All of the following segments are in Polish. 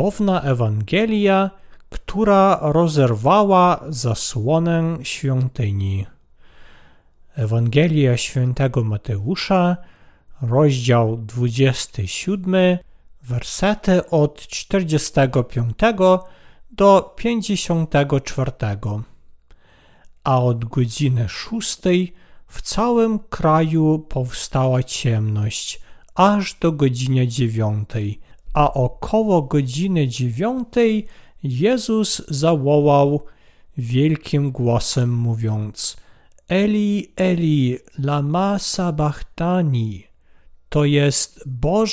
cudowna Ewangelia, która rozerwała zasłonę świątyni. Ewangelia świętego Mateusza, rozdział 27, wersety od 45 do 54. A od godziny 6 w całym kraju powstała ciemność, aż do godziny 9, a około godziny 9 Jezus zawołał wielkim głosem, mówiąc: Eli, Eli, lama sabachthani, to jest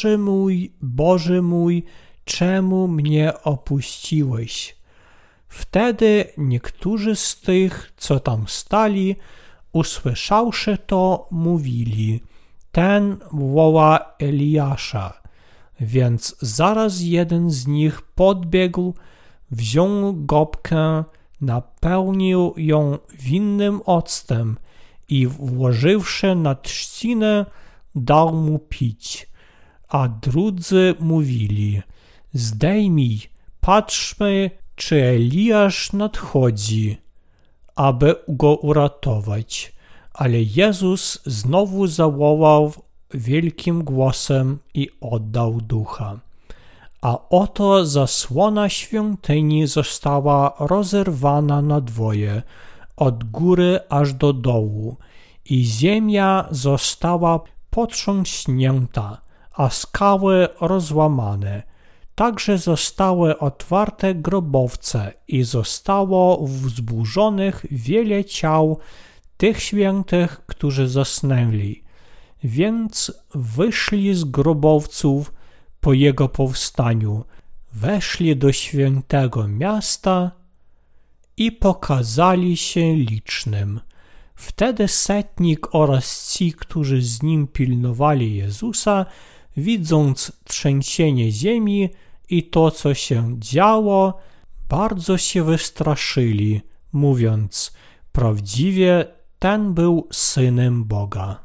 Boże mój, czemu mnie opuściłeś? Wtedy niektórzy z tych, co tam stali, usłyszawszy to, mówili: ten woła Eliasza. Więc zaraz jeden z nich podbiegł, wziął gąbkę, napełnił ją winnym octem i włożywszy na trzcinę, dał mu pić. A drudzy mówili: zdejmij, patrzmy, czy Eliasz nadchodzi, aby go uratować. Ale Jezus znowu zawołał wielkim głosem i oddał ducha. A oto zasłona świątyni została rozerwana na dwoje, od góry aż do dołu, i ziemia została potrząśnięta, a skały rozłamane. Także zostały otwarte grobowce i zostało wzburzonych wiele ciał tych świętych, którzy zasnęli. Więc wyszli z grobowców po jego powstaniu, weszli do świętego miasta i pokazali się licznym. Wtedy setnik oraz ci, którzy z nim pilnowali Jezusa, widząc trzęsienie ziemi i to, co się działo, bardzo się wystraszyli, mówiąc: prawdziwie ten był Synem Boga.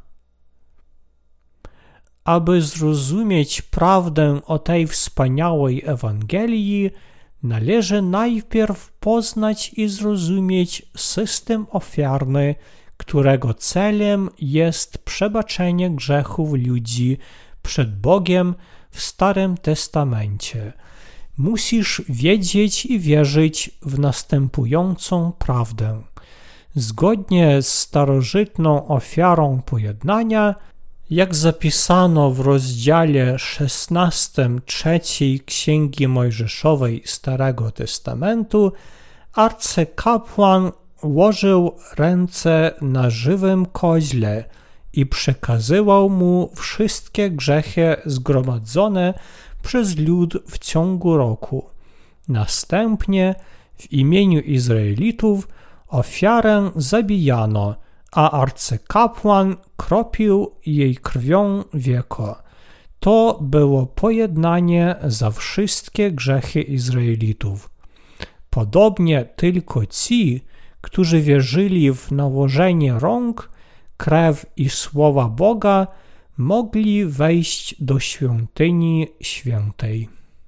Aby zrozumieć prawdę o tej wspaniałej Ewangelii, należy najpierw poznać i zrozumieć system ofiarny, którego celem jest przebaczenie grzechów ludzi przed Bogiem w Starym Testamencie. Musisz wiedzieć i wierzyć w następującą prawdę. Zgodnie z starożytną ofiarą pojednania, jak zapisano w rozdziale 16 trzeciej Księgi Mojżeszowej Starego Testamentu, arcykapłan łożył ręce na żywym koźle i przekazywał mu wszystkie grzechy zgromadzone przez lud w ciągu roku. Następnie w imieniu Izraelitów ofiarę zabijano, a arcykapłan kropił jej krwią wieko. To było pojednanie za wszystkie grzechy Izraelitów. Podobnie tylko ci, którzy wierzyli w nałożenie rąk, krew i słowa Boga, mogli wejść do świątyni świętej.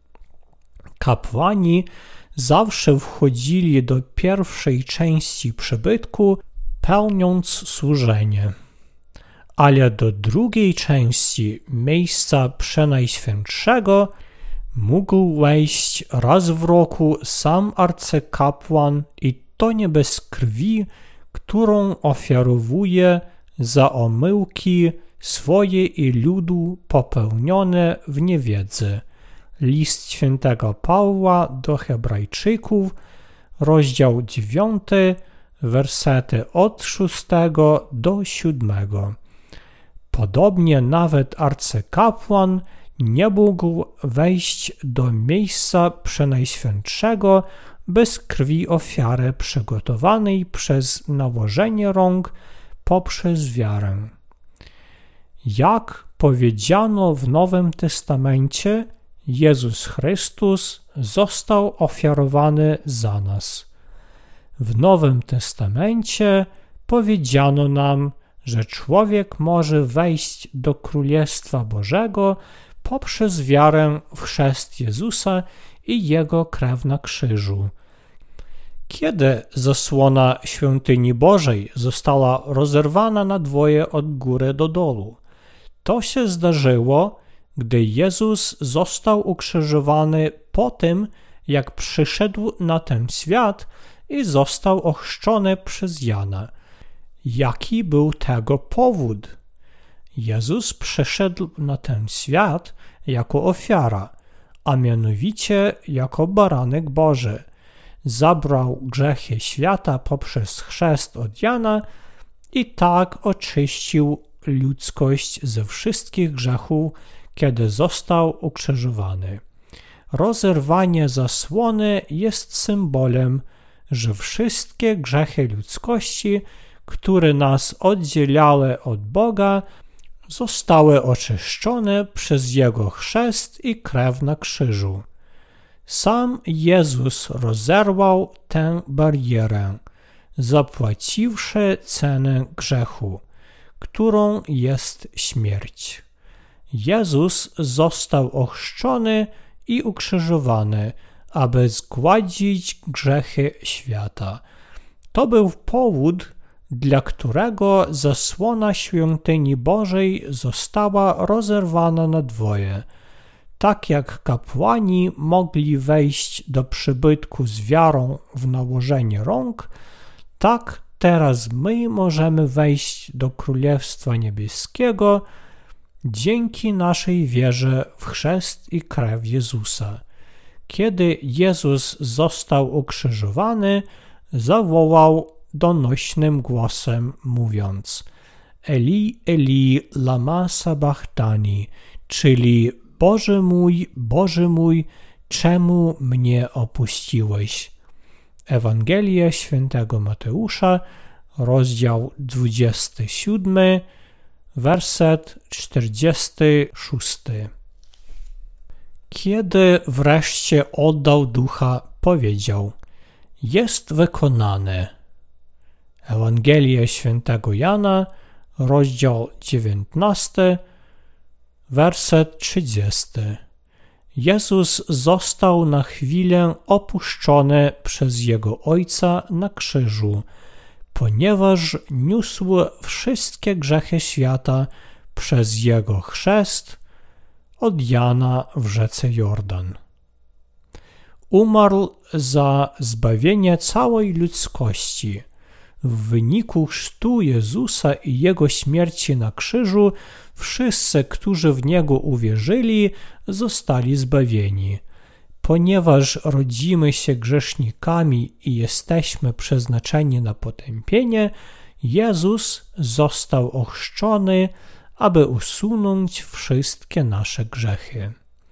Kapłani zawsze wchodzili do pierwszej części przybytku, pełniąc służenie, ale do drugiej części miejsca przenajświętszego mógł wejść raz w roku sam arcykapłan, i to nie bez krwi, którą ofiarowuje za omyłki swoje i ludu popełnione w niewiedzy. List świętego Pawła do Hebrajczyków, rozdział 9, wersety od 6 do 7. Podobnie nawet arcykapłan nie mógł wejść do miejsca przenajświętszego bez krwi ofiary przygotowanej przez nałożenie rąk poprzez wiarę. Jak powiedziano w Nowym Testamencie, Jezus Chrystus został ofiarowany za nas. W Nowym Testamencie powiedziano nam, że człowiek może wejść do Królestwa Bożego poprzez wiarę w chrzest Jezusa i Jego krew na krzyżu. Kiedy zasłona świątyni Bożej została rozerwana na dwoje od góry do dołu? To się zdarzyło, gdy Jezus został ukrzyżowany po tym, jak przyszedł na ten świat i został ochrzczony przez Jana. Jaki był tego powód? Jezus przyszedł na ten świat jako ofiara, a mianowicie jako baranek Boży. Zabrał grzechy świata poprzez chrzest od Jana i tak oczyścił ludzkość ze wszystkich grzechów, kiedy został ukrzyżowany. Rozerwanie zasłony jest symbolem, że wszystkie grzechy ludzkości, które nas oddzielały od Boga, zostały oczyszczone przez Jego chrzest i krew na krzyżu. Sam Jezus rozerwał tę barierę, zapłaciwszy cenę grzechu, którą jest śmierć. Jezus został ochrzczony i ukrzyżowany, aby zgładzić grzechy świata. To był powód, dla którego zasłona świątyni Bożej została rozerwana na dwoje. Tak jak kapłani mogli wejść do przybytku z wiarą w nałożenie rąk, tak teraz my możemy wejść do Królestwa Niebieskiego dzięki naszej wierze w chrzest i krew Jezusa. Kiedy Jezus został ukrzyżowany, zawołał donośnym głosem, mówiąc: Eli, Eli, lama sabachthani, czyli Boże mój, czemu mnie opuściłeś? Ewangelia Świętego Mateusza, rozdział 27, werset 46. Kiedy wreszcie oddał ducha, powiedział: jest wykonane. Ewangelia Świętego Jana, rozdział 19, werset 30. Jezus został na chwilę opuszczony przez Jego Ojca na krzyżu, ponieważ niósł wszystkie grzechy świata przez Jego chrzest od Jana w rzece Jordan. Umarł za zbawienie całej ludzkości. W wyniku chrztu Jezusa i Jego śmierci na krzyżu wszyscy, którzy w Niego uwierzyli, zostali zbawieni. Ponieważ rodzimy się grzesznikami i jesteśmy przeznaczeni na potępienie, Jezus został ochrzczony, aby usunąć wszystkie nasze grzechy.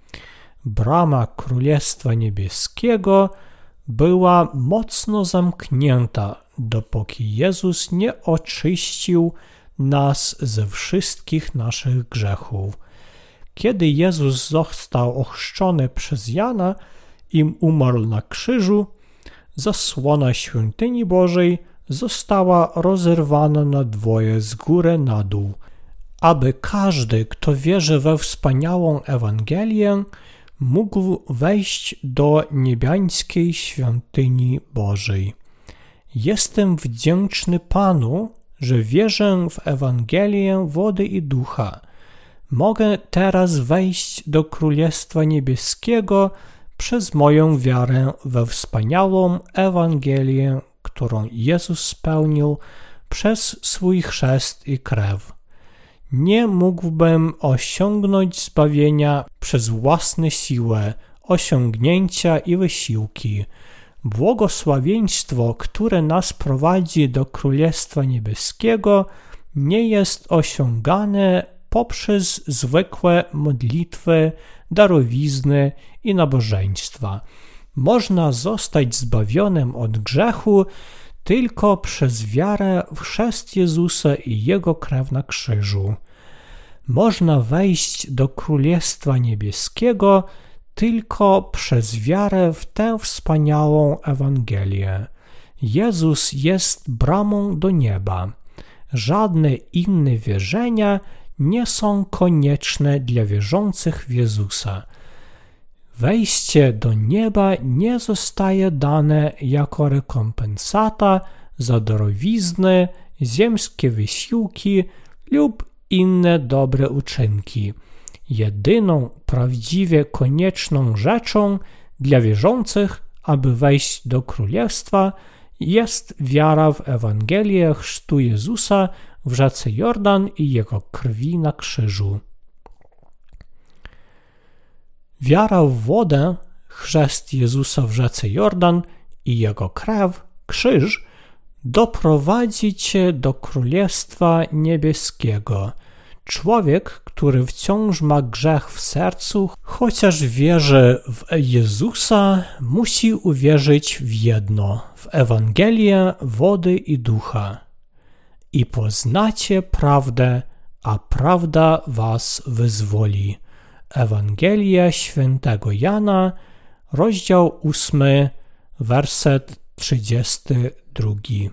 Brama Królestwa Niebieskiego była mocno zamknięta, dopóki Jezus nie oczyścił nas ze wszystkich naszych grzechów. Kiedy Jezus został ochrzczony przez Jana i umarł na krzyżu, zasłona świątyni Bożej została rozerwana na dwoje z góry na dół, aby każdy, kto wierzy we wspaniałą Ewangelię, mógł wejść do niebiańskiej świątyni Bożej. Jestem wdzięczny Panu, że wierzę w Ewangelię wody i ducha. Mogę teraz wejść do Królestwa Niebieskiego przez moją wiarę we wspaniałą Ewangelię, którą Jezus spełnił przez swój chrzest i krew. Nie mógłbym osiągnąć zbawienia przez własne siły, osiągnięcia i wysiłki. Błogosławieństwo, które nas prowadzi do Królestwa Niebieskiego, nie jest osiągane poprzez zwykłe modlitwy, darowizny i nabożeństwa. Można zostać zbawionym od grzechu tylko przez wiarę w chrzest Jezusa i Jego krew na krzyżu. Można wejść do Królestwa Niebieskiego tylko przez wiarę w tę wspaniałą Ewangelię. Jezus jest bramą do nieba. Żadne inne wierzenia nie są konieczne dla wierzących w Jezusa. Wejście do nieba nie zostaje dane jako rekompensata za darowizny, ziemskie wysiłki lub inne dobre uczynki. Jedyną prawdziwie konieczną rzeczą dla wierzących, aby wejść do Królestwa, jest wiara w Ewangelię chrztu Jezusa w rzece Jordan i Jego krwi na krzyżu. Wiara w wodę, chrzest Jezusa w rzece Jordan i Jego krew, krzyż, doprowadzi cię do Królestwa Niebieskiego. Człowiek, który wciąż ma grzech w sercu, chociaż wierzy w Jezusa, musi uwierzyć w jedno, w Ewangelię wody i ducha. I poznacie prawdę, a prawda was wyzwoli. Ewangelia Świętego Jana, rozdział 8, werset 32.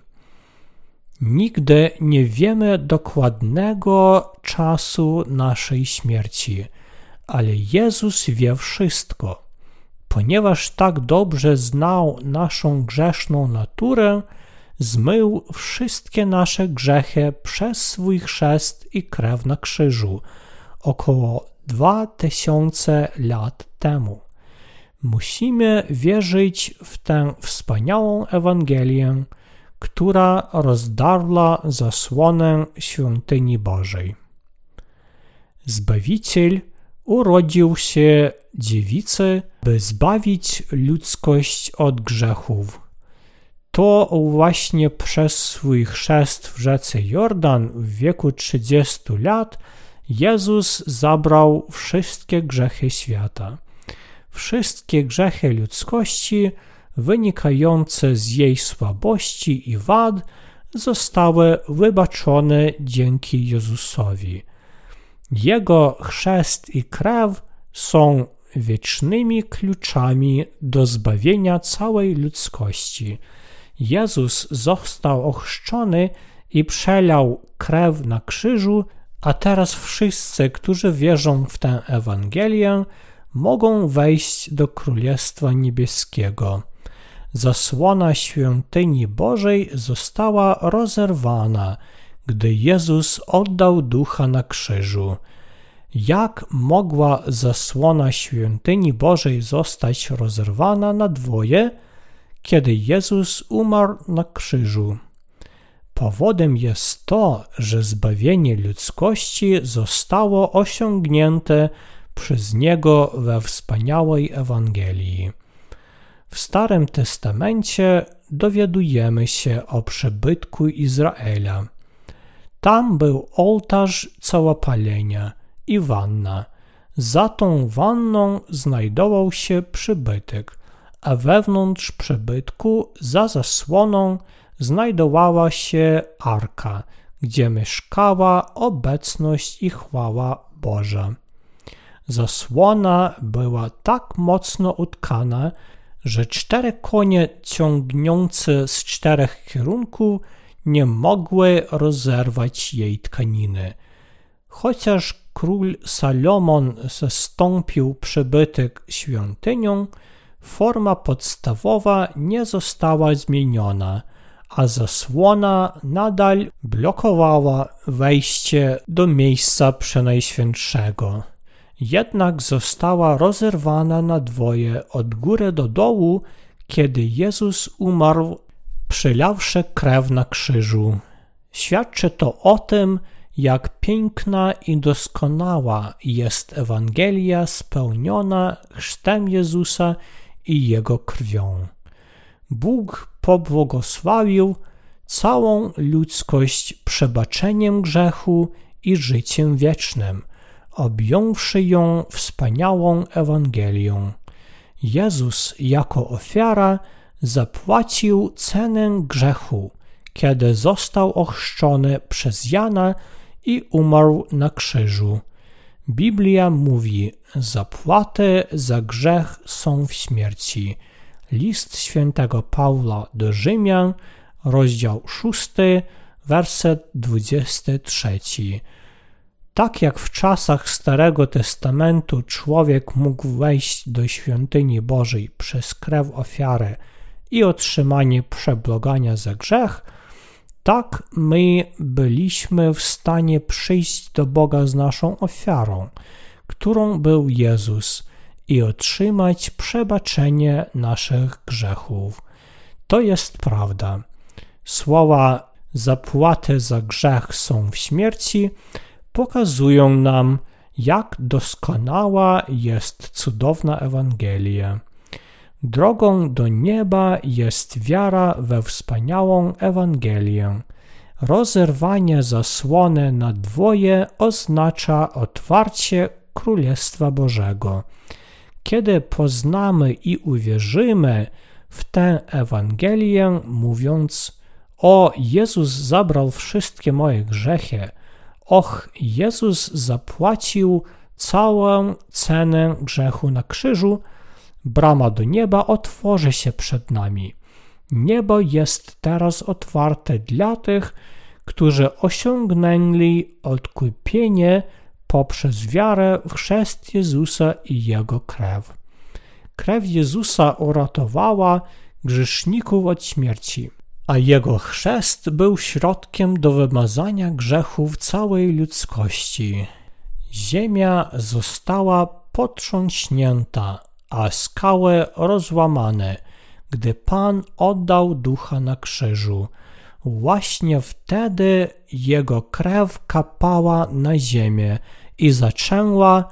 Nigdy nie wiemy dokładnego czasu naszej śmierci, ale Jezus wie wszystko. Ponieważ tak dobrze znał naszą grzeszną naturę, zmył wszystkie nasze grzechy przez swój chrzest i krew na krzyżu około 2000 lat temu. Musimy wierzyć w tę wspaniałą Ewangelię, która rozdarła zasłonę świątyni Bożej. Zbawiciel urodził się dziewicy, by zbawić ludzkość od grzechów. To właśnie przez swój chrzest w rzece Jordan w wieku 30 lat Jezus zabrał wszystkie grzechy świata. Wszystkie grzechy ludzkości wynikające z jej słabości i wad zostały wybaczone dzięki Jezusowi. Jego chrzest i krew są wiecznymi kluczami do zbawienia całej ludzkości. Jezus został ochrzczony i przelał krew na krzyżu, a teraz wszyscy, którzy wierzą w tę Ewangelię, mogą wejść do Królestwa Niebieskiego. Zasłona świątyni Bożej została rozerwana, gdy Jezus oddał Ducha na krzyżu. Jak mogła zasłona świątyni Bożej zostać rozerwana na dwoje, kiedy Jezus umarł na krzyżu? Powodem jest to, że zbawienie ludzkości zostało osiągnięte przez Niego we wspaniałej Ewangelii. W Starym Testamencie dowiadujemy się o przybytku Izraela. Tam był ołtarz całopalenia i wanna. Za tą wanną znajdował się przybytek, a wewnątrz przybytku, za zasłoną, znajdowała się arka, gdzie mieszkała obecność i chwała Boża. Zasłona była tak mocno utkana, że 4 konie ciągnące z 4 kierunków nie mogły rozerwać jej tkaniny. Chociaż król Salomon zastąpił przybytek świątynią, forma podstawowa nie została zmieniona, a zasłona nadal blokowała wejście do miejsca przenajświętszego. Jednak została rozerwana na dwoje od góry do dołu, kiedy Jezus umarł, przelawszy krew na krzyżu. Świadczy to o tym, jak piękna i doskonała jest Ewangelia spełniona chrztem Jezusa i Jego krwią. Bóg pobłogosławił całą ludzkość przebaczeniem grzechu i życiem wiecznym, objąwszy ją wspaniałą Ewangelią. Jezus jako ofiara zapłacił cenę grzechu, kiedy został ochrzczony przez Jana i umarł na krzyżu. Biblia mówi: zapłaty za grzech są w śmierci. List świętego Pawła do Rzymian, rozdział 6, werset 23. Tak jak w czasach Starego Testamentu człowiek mógł wejść do świątyni Bożej przez krew ofiary i otrzymanie przebłagania za grzech, tak my byliśmy w stanie przyjść do Boga z naszą ofiarą, którą był Jezus, i otrzymać przebaczenie naszych grzechów. To jest prawda. Słowa zapłaty za grzech są w śmierci pokazują nam, jak doskonała jest cudowna Ewangelia. Drogą do nieba jest wiara we wspaniałą Ewangelię. Rozerwanie zasłony na dwoje oznacza otwarcie Królestwa Bożego. Kiedy poznamy i uwierzymy w tę Ewangelię, mówiąc: o, Jezus zabrał wszystkie moje grzechy, och, Jezus zapłacił całą cenę grzechu na krzyżu, brama do nieba otworzy się przed nami. Niebo jest teraz otwarte dla tych, którzy osiągnęli odkupienie poprzez wiarę w chrzest Jezusa i Jego krew. Krew Jezusa uratowała grzeszników od śmierci, a Jego chrzest był środkiem do wymazania grzechów całej ludzkości. Ziemia została potrząśnięta, a skały rozłamane, gdy Pan oddał Ducha na krzyżu. Właśnie wtedy Jego krew kapała na ziemię i zaczęła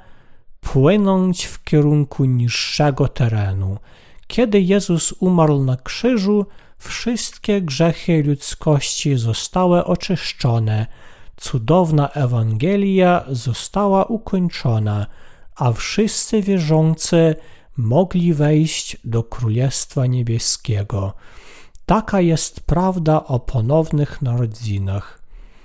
płynąć w kierunku niższego terenu. Kiedy Jezus umarł na krzyżu, wszystkie grzechy ludzkości zostały oczyszczone, cudowna Ewangelia została ukończona, a wszyscy wierzący mogli wejść do Królestwa Niebieskiego. Taka jest prawda o ponownych narodzinach.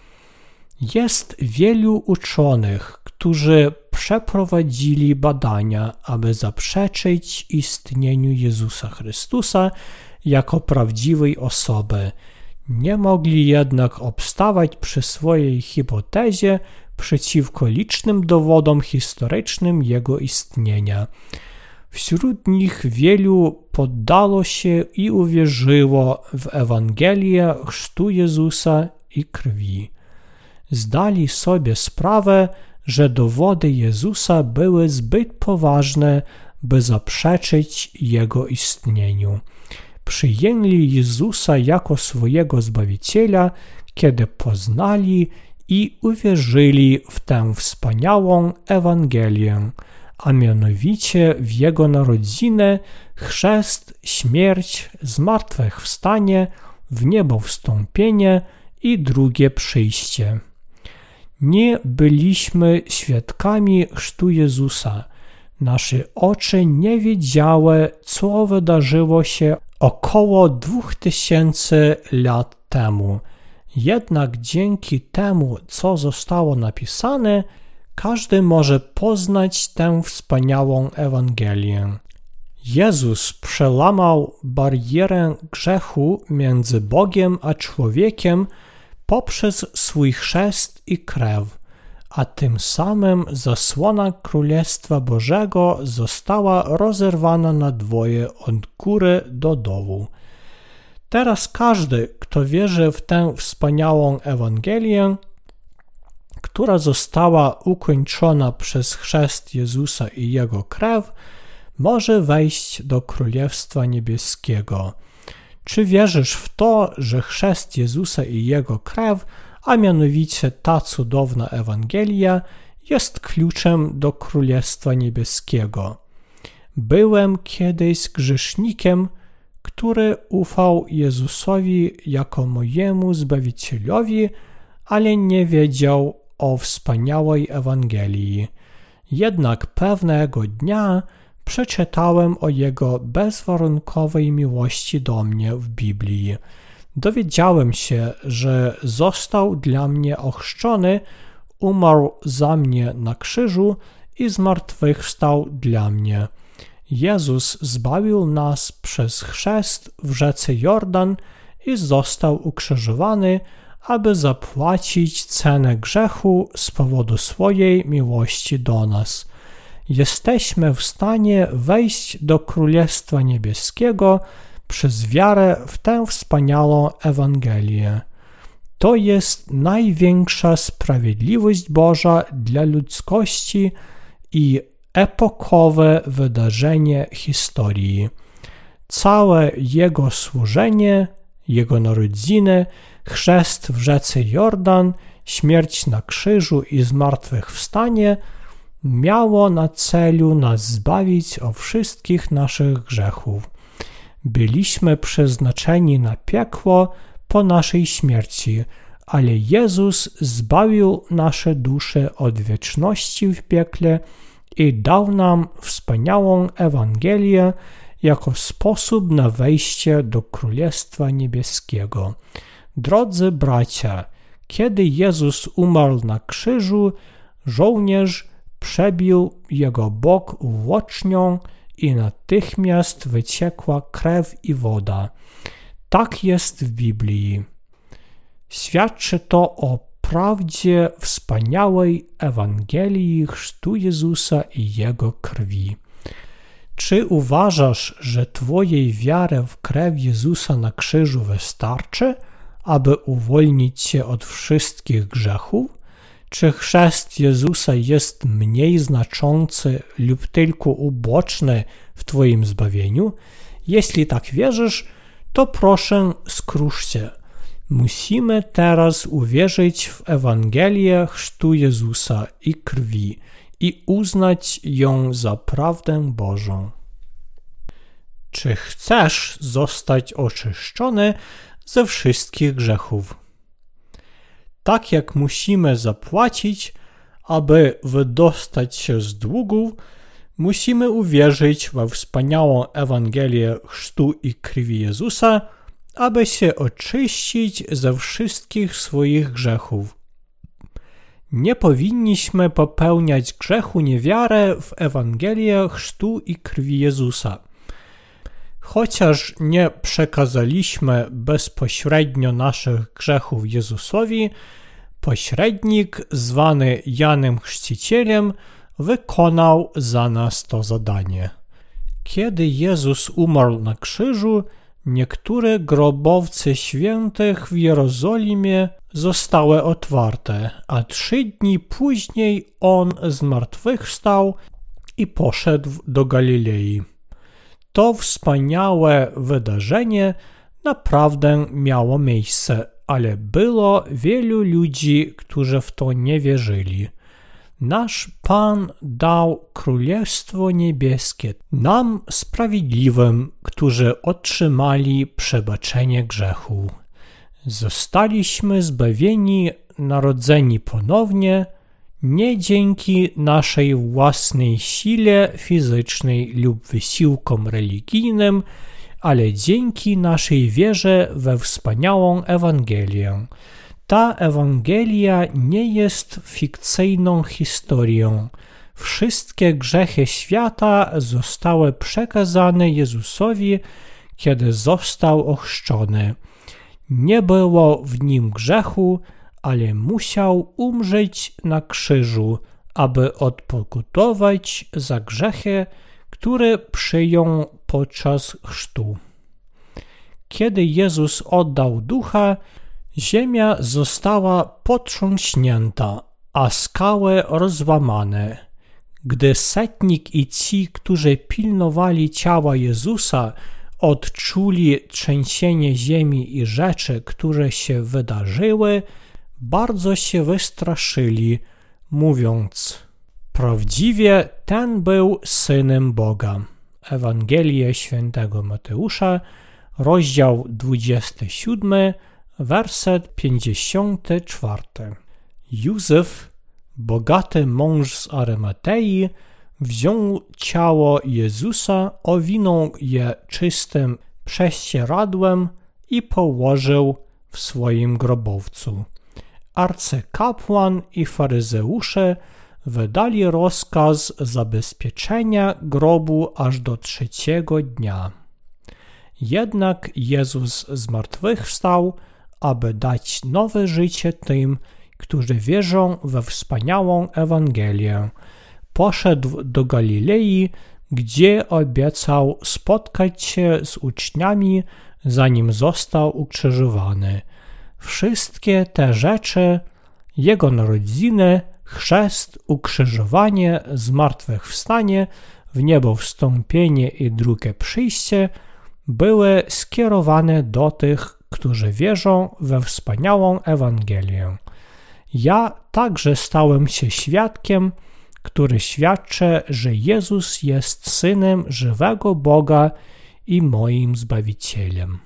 Jest wielu uczonych, którzy przeprowadzili badania, aby zaprzeczyć istnieniu Jezusa Chrystusa jako prawdziwej osoby. Nie mogli jednak obstawać przy swojej hipotezie przeciwko licznym dowodom historycznym Jego istnienia. Wśród nich wielu poddało się i uwierzyło w Ewangelię chrztu Jezusa i krwi. Zdali sobie sprawę, że dowody Jezusa były zbyt poważne, by zaprzeczyć Jego istnieniu. Przyjęli Jezusa jako swojego Zbawiciela, kiedy poznali i uwierzyli w tę wspaniałą Ewangelię, a mianowicie w Jego narodziny, chrzest, śmierć, zmartwychwstanie, w niebo wstąpienie i drugie przyjście. Nie byliśmy świadkami chrztu Jezusa. Nasze oczy nie wiedziały, co wydarzyło się około 2000 lat temu. Jednak dzięki temu, co zostało napisane, każdy może poznać tę wspaniałą Ewangelię. Jezus przełamał barierę grzechu między Bogiem a człowiekiem poprzez swój chrzest i krew, a tym samym zasłona Królestwa Bożego została rozerwana na dwoje od góry do dołu. Teraz każdy, kto wierzy w tę wspaniałą Ewangelię, która została ukończona przez chrzest Jezusa i Jego krew, może wejść do Królestwa Niebieskiego. Czy wierzysz w to, że chrzest Jezusa i Jego krew, a mianowicie ta cudowna Ewangelia, jest kluczem do Królestwa Niebieskiego? Byłem kiedyś grzesznikiem, który ufał Jezusowi jako mojemu Zbawicielowi, ale nie wiedział o wspaniałej Ewangelii. Jednak pewnego dnia przeczytałem o Jego bezwarunkowej miłości do mnie w Biblii. Dowiedziałem się, że został dla mnie ochrzczony, umarł za mnie na krzyżu i zmartwychwstał dla mnie. Jezus zbawił nas przez chrzest w rzece Jordan i został ukrzyżowany, aby zapłacić cenę grzechu z powodu swojej miłości do nas. Jesteśmy w stanie wejść do Królestwa Niebieskiego przez wiarę w tę wspaniałą Ewangelię. To jest największa sprawiedliwość Boża dla ludzkości i epokowe wydarzenie historii. Całe Jego służenie, Jego narodziny, chrzest w rzece Jordan, śmierć na krzyżu i zmartwychwstanie miało na celu nas zbawić od wszystkich naszych grzechów. Byliśmy przeznaczeni na piekło po naszej śmierci, ale Jezus zbawił nasze dusze od wieczności w piekle i dał nam wspaniałą Ewangelię jako sposób na wejście do Królestwa Niebieskiego. Drodzy bracia, kiedy Jezus umarł na krzyżu, żołnierz przebił jego bok włócznią i natychmiast wyciekła krew i woda. Tak jest w Biblii. Świadczy to o prawdzie wspaniałej Ewangelii chrztu Jezusa i Jego krwi. Czy uważasz, że Twojej wiary w krew Jezusa na krzyżu wystarczy, aby uwolnić się od wszystkich grzechów? Czy chrzest Jezusa jest mniej znaczący lub tylko uboczny w Twoim zbawieniu? Jeśli tak wierzysz, to proszę skrusz się. Musimy teraz uwierzyć w Ewangelię chrztu Jezusa i krwi i uznać ją za prawdę Bożą. Czy chcesz zostać oczyszczony ze wszystkich grzechów? Tak jak musimy zapłacić, aby wydostać się z długów, musimy uwierzyć we wspaniałą Ewangelię chrztu i krwi Jezusa, aby się oczyścić ze wszystkich swoich grzechów. Nie powinniśmy popełniać grzechu niewiary w Ewangelię chrztu i krwi Jezusa. Chociaż nie przekazaliśmy bezpośrednio naszych grzechów Jezusowi, pośrednik zwany Janem Chrzcicielem wykonał za nas to zadanie. Kiedy Jezus umarł na krzyżu, niektóre grobowce świętych w Jerozolimie zostały otwarte, a 3 dni później On zmartwychwstał i poszedł do Galilei. To wspaniałe wydarzenie naprawdę miało miejsce, ale było wielu ludzi, którzy w to nie wierzyli. Nasz Pan dał Królestwo Niebieskie nam sprawiedliwym, którzy otrzymali przebaczenie grzechu. Zostaliśmy zbawieni, narodzeni ponownie, nie dzięki naszej własnej sile fizycznej lub wysiłkom religijnym, ale dzięki naszej wierze we wspaniałą Ewangelię. Ta Ewangelia nie jest fikcyjną historią. Wszystkie grzechy świata zostały przekazane Jezusowi, kiedy został ochrzczony. Nie było w nim grzechu, ale musiał umrzeć na krzyżu, aby odpokutować za grzechy, które przyjął podczas chrztu. Kiedy Jezus oddał ducha, ziemia została potrząśnięta, a skały rozłamane. Gdy setnik i ci, którzy pilnowali ciała Jezusa, odczuli trzęsienie ziemi i rzeczy, które się wydarzyły, bardzo się wystraszyli, mówiąc: prawdziwie ten był Synem Boga. Ewangelia Świętego Mateusza, rozdział 27, werset 54. Józef, bogaty mąż z Arymatei, wziął ciało Jezusa, owinął je czystym prześcieradłem i położył w swoim grobowcu. Arcykapłan i faryzeusze wydali rozkaz zabezpieczenia grobu aż do 3. dnia. Jednak Jezus zmartwychwstał, aby dać nowe życie tym, którzy wierzą we wspaniałą Ewangelię. Poszedł do Galilei, gdzie obiecał spotkać się z uczniami, zanim został ukrzyżowany. Wszystkie te rzeczy, jego narodziny, chrzest, ukrzyżowanie, zmartwychwstanie, w niebo wstąpienie i drugie przyjście, były skierowane do tych, którzy wierzą we wspaniałą Ewangelię. Ja także stałem się świadkiem, który świadczy, że Jezus jest Synem żywego Boga i moim Zbawicielem.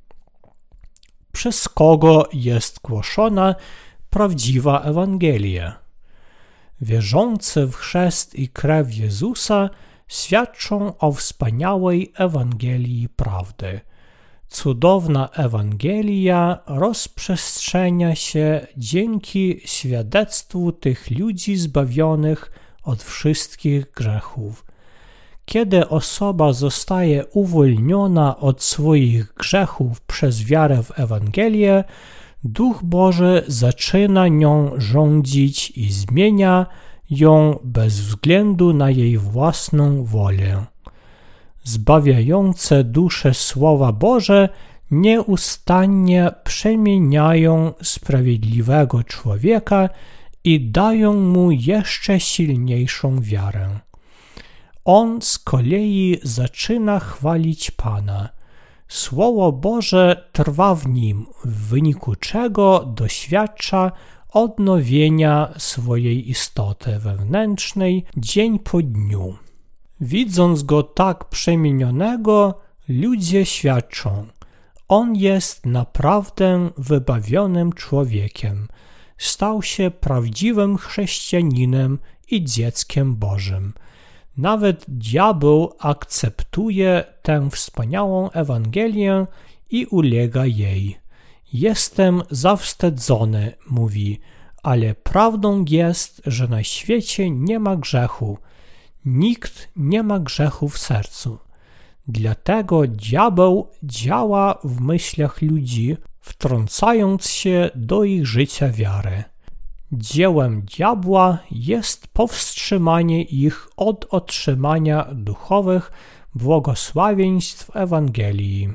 Przez kogo jest głoszona prawdziwa Ewangelia? Wierzący w chrzest i krew Jezusa świadczą o wspaniałej Ewangelii prawdy. Cudowna Ewangelia rozprzestrzenia się dzięki świadectwu tych ludzi zbawionych od wszystkich grzechów. Kiedy osoba zostaje uwolniona od swoich grzechów przez wiarę w Ewangelię, Duch Boży zaczyna nią rządzić i zmienia ją bez względu na jej własną wolę. Zbawiające dusze Słowa Boże nieustannie przemieniają sprawiedliwego człowieka i dają mu jeszcze silniejszą wiarę. On z kolei zaczyna chwalić Pana. Słowo Boże trwa w nim, w wyniku czego doświadcza odnowienia swojej istoty wewnętrznej dzień po dniu. Widząc go tak przemienionego, ludzie świadczą: on jest naprawdę wybawionym człowiekiem. Stał się prawdziwym chrześcijaninem i dzieckiem Bożym. Nawet diabeł akceptuje tę wspaniałą Ewangelię i ulega jej. Jestem zawstydzony, mówi, ale prawdą jest, że na świecie nie ma grzechu. Nikt nie ma grzechu w sercu. Dlatego diabeł działa w myślach ludzi, wtrącając się do ich życia wiary. Dziełem diabła jest powstrzymanie ich od otrzymania duchowych błogosławieństw Ewangelii.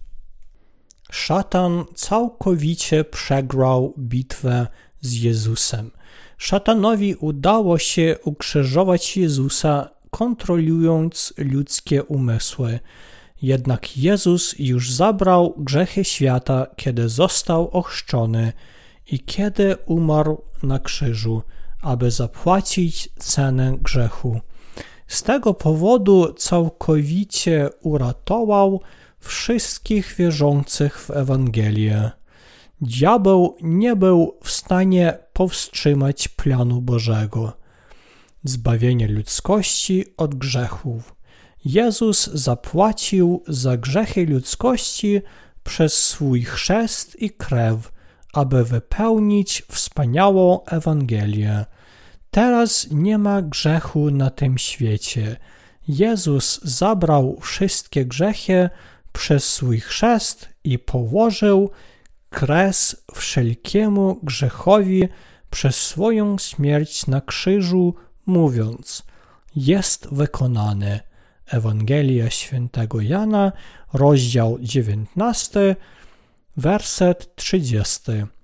Szatan całkowicie przegrał bitwę z Jezusem. Szatanowi udało się ukrzyżować Jezusa, kontrolując ludzkie umysły. Jednak Jezus już zabrał grzechy świata, kiedy został ochrzczony i kiedy umarł na krzyżu, aby zapłacić cenę grzechu. Z tego powodu całkowicie uratował wszystkich wierzących w Ewangelię. Diabeł nie był w stanie powstrzymać planu Bożego. Zbawienie ludzkości od grzechów. Jezus zapłacił za grzechy ludzkości przez swój chrzest i krew, aby wypełnić wspaniałą Ewangelię. Teraz nie ma grzechu na tym świecie. Jezus zabrał wszystkie grzechy przez swój chrzest i położył kres wszelkiemu grzechowi przez swoją śmierć na krzyżu, mówiąc: jest wykonane. Ewangelia Świętego Jana, rozdział 19, werset 30.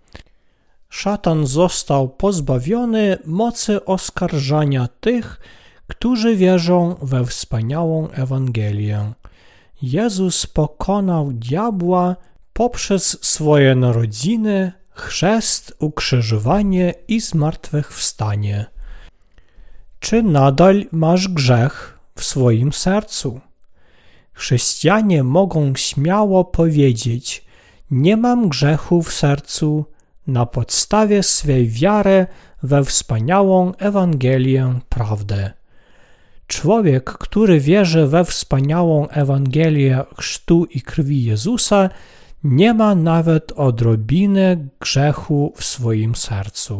Szatan został pozbawiony mocy oskarżania tych, którzy wierzą we wspaniałą Ewangelię. Jezus pokonał diabła poprzez swoje narodziny, chrzest, ukrzyżowanie i zmartwychwstanie. Czy nadal masz grzech w swoim sercu? Chrześcijanie mogą śmiało powiedzieć: nie mam grzechu w sercu na podstawie swej wiary we wspaniałą Ewangelię prawdy. Człowiek, który wierzy we wspaniałą Ewangelię chrztu i krwi Jezusa, nie ma nawet odrobiny grzechu w swoim sercu.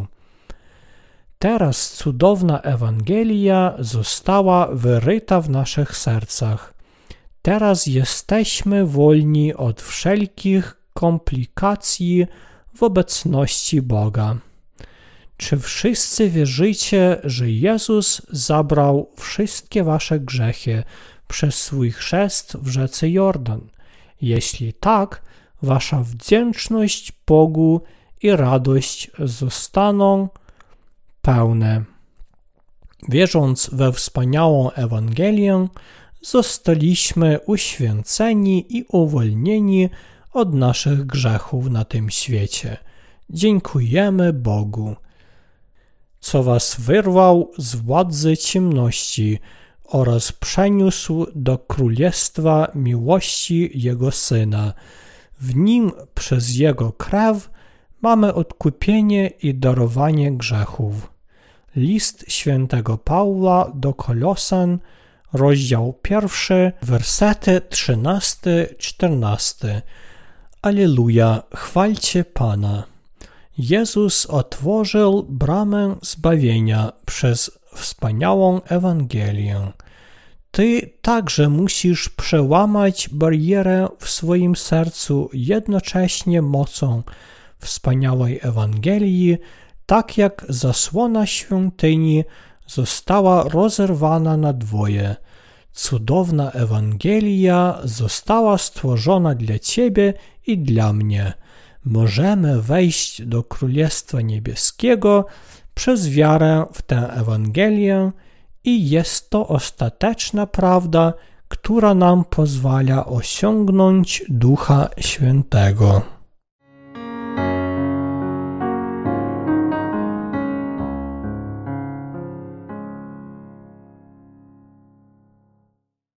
Teraz cudowna Ewangelia została wyryta w naszych sercach. Teraz jesteśmy wolni od wszelkich komplikacji w obecności Boga. Czy wszyscy wierzycie, że Jezus zabrał wszystkie wasze grzechy przez swój chrzest w rzece Jordan? Jeśli tak, wasza wdzięczność Bogu i radość zostaną pełne. Wierząc we wspaniałą Ewangelię, zostaliśmy uświęceni i uwolnieni od naszych grzechów na tym świecie. Dziękujemy Bogu, co was wyrwał z władzy ciemności oraz przeniósł do królestwa miłości Jego Syna. W Nim przez Jego krew mamy odkupienie i darowanie grzechów. List świętego Pawła do Kolosan, rozdział 1, wersety 13-14. Alleluja, chwalcie Pana. Jezus otworzył bramę zbawienia przez wspaniałą Ewangelię. Ty także musisz przełamać barierę w swoim sercu jednocześnie mocą wspaniałej Ewangelii, tak jak zasłona świątyni została rozerwana na dwoje. Cudowna Ewangelia została stworzona dla Ciebie i dla mnie. Możemy wejść do Królestwa Niebieskiego przez wiarę w tę Ewangelię i jest to ostateczna prawda, która nam pozwala osiągnąć Ducha Świętego.